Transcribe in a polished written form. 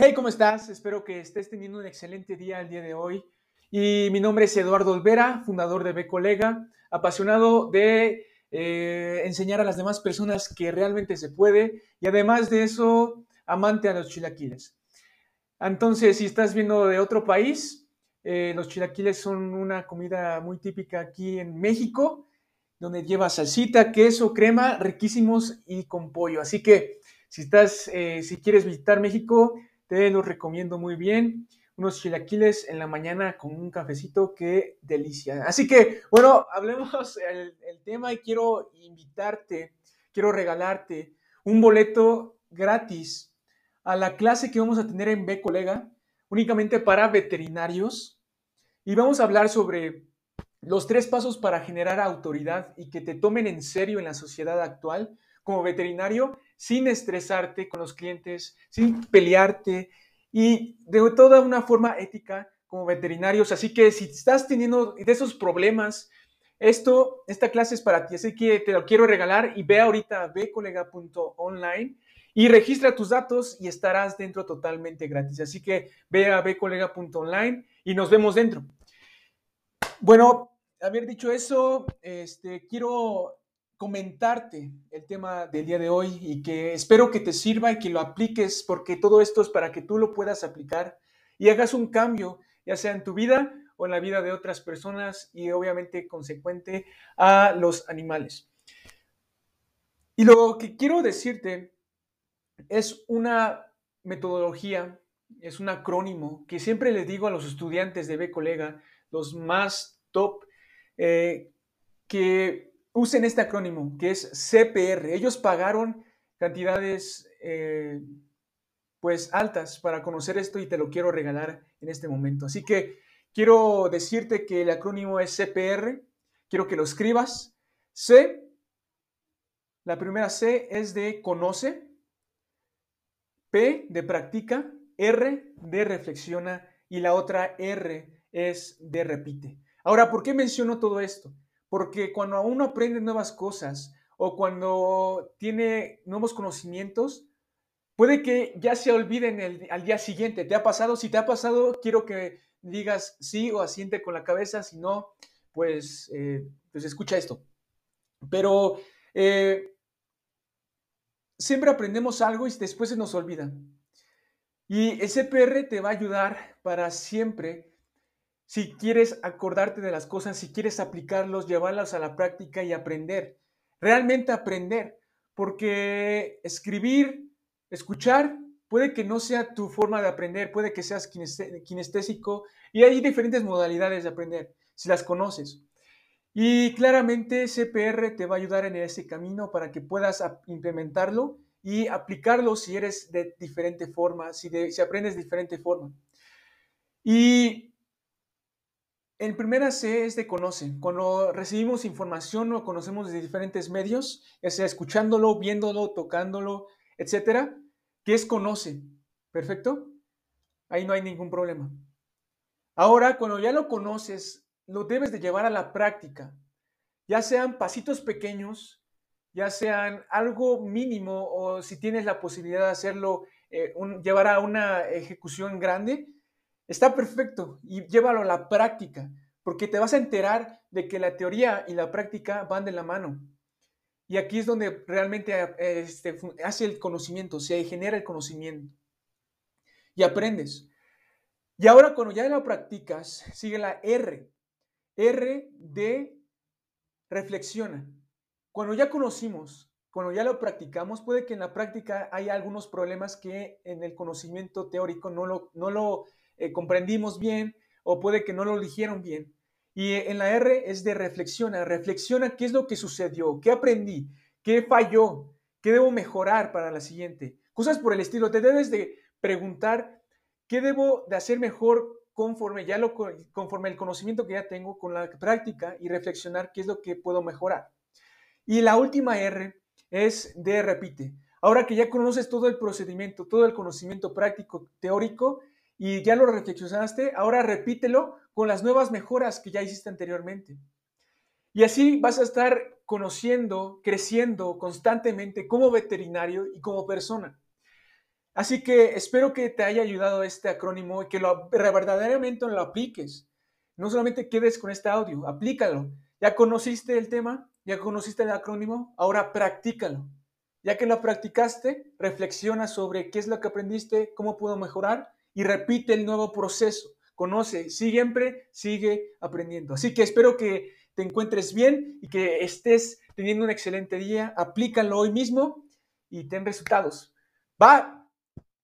Hey, ¿cómo estás? Espero que estés teniendo un excelente día el día de hoy. Y mi nombre es Eduardo Olvera, fundador de B-Colega, apasionado de enseñar a las demás personas que realmente se puede y además de eso, amante a los chilaquiles. Entonces, si estás viendo de otro país, los chilaquiles son una comida muy típica aquí en México, donde lleva salsita, queso, crema, riquísimos y con pollo. Así que si quieres visitar México, te los recomiendo muy bien. Unos chilaquiles en la mañana con un cafecito, qué delicia. Así que, bueno, hablemos el tema y quiero invitarte, quiero regalarte un boleto gratis a la clase que vamos a tener en B Colega, únicamente para veterinarios. Y vamos a hablar sobre los 3 pasos para generar autoridad y que te tomen en serio en la sociedad actual como veterinario, sin estresarte con los clientes, sin pelearte y de toda una forma ética como veterinarios. Así que si estás teniendo de esos problemas, esta clase es para ti. Así que te lo quiero regalar y ve ahorita a bcolega.online y registra tus datos y estarás dentro totalmente gratis. Así que ve a bcolega.online y nos vemos dentro. Bueno, haber dicho eso, quiero comentarte el tema del día de hoy y que espero que te sirva y que lo apliques porque todo esto es para que tú lo puedas aplicar y hagas un cambio, ya sea en tu vida o en la vida de otras personas y obviamente consecuente a los animales. Y lo que quiero decirte es una metodología, es un acrónimo que siempre les digo a los estudiantes de B-Colega, los más top, eh, que usen este acrónimo, que es CPR. Ellos pagaron cantidades pues altas para conocer esto y te lo quiero regalar en este momento. Así que quiero decirte que el acrónimo es CPR, quiero que lo escribas. C, la primera C es de conoce, P de practica, R de reflexiona y la otra R es de repite. Ahora, ¿por qué menciono todo esto? Porque cuando uno aprende nuevas cosas o cuando tiene nuevos conocimientos, puede que ya se olviden al día siguiente. ¿Te ha pasado? Si te ha pasado, quiero que digas sí o asiente con la cabeza. Si no, pues escucha esto. Pero siempre aprendemos algo y después se nos olvida. Y el CPR te va a ayudar para siempre, si quieres acordarte de las cosas, si quieres aplicarlos, llevarlas a la práctica y aprender, realmente aprender, porque escribir, escuchar, puede que no sea tu forma de aprender, puede que seas kinestésico y hay diferentes modalidades de aprender, si las conoces. Y claramente CPR te va a ayudar en ese camino para que puedas implementarlo y aplicarlo si eres de diferente forma, si aprendes de diferente forma. Y en primera C es de conoce. Cuando recibimos información o conocemos de diferentes medios, ya sea escuchándolo, viéndolo, tocándolo, etcétera, ¿qué es conoce? ¿Perfecto? Ahí no hay ningún problema. Ahora, cuando ya lo conoces, lo debes de llevar a la práctica. Ya sean pasitos pequeños, ya sean algo mínimo o si tienes la posibilidad de hacerlo, llevar a una ejecución grande, está perfecto y llévalo a la práctica, porque te vas a enterar de que la teoría y la práctica van de la mano. Y aquí es donde realmente hace el conocimiento, se genera el conocimiento y aprendes. Y ahora cuando ya lo practicas, sigue la R. R de reflexiona. Cuando ya conocimos, cuando ya lo practicamos, puede que en la práctica haya algunos problemas que en el conocimiento teórico no lo comprendimos bien o puede que no lo dijeron bien. Y en la R es de reflexiona. Reflexiona qué es lo que sucedió, qué aprendí, qué falló, qué debo mejorar para la siguiente. Cosas por el estilo. Te debes de preguntar qué debo de hacer mejor conforme el conocimiento que ya tengo con la práctica y reflexionar qué es lo que puedo mejorar. Y la última R es de repite. Ahora que ya conoces todo el procedimiento, todo el conocimiento práctico, teórico, y ya lo reflexionaste, ahora repítelo con las nuevas mejoras que ya hiciste anteriormente. Y así vas a estar conociendo, creciendo constantemente como veterinario y como persona. Así que espero que te haya ayudado este acrónimo y que verdaderamente lo apliques. No solamente quedes con este audio, aplícalo. ¿Ya conociste el tema? ¿Ya conociste el acrónimo? Ahora practícalo. Ya que lo practicaste, reflexiona sobre qué es lo que aprendiste, cómo puedo mejorar y repite el nuevo proceso. Conoce, siempre sigue aprendiendo. Así que espero que te encuentres bien y que estés teniendo un excelente día. Aplícalo hoy mismo y ten resultados. Va,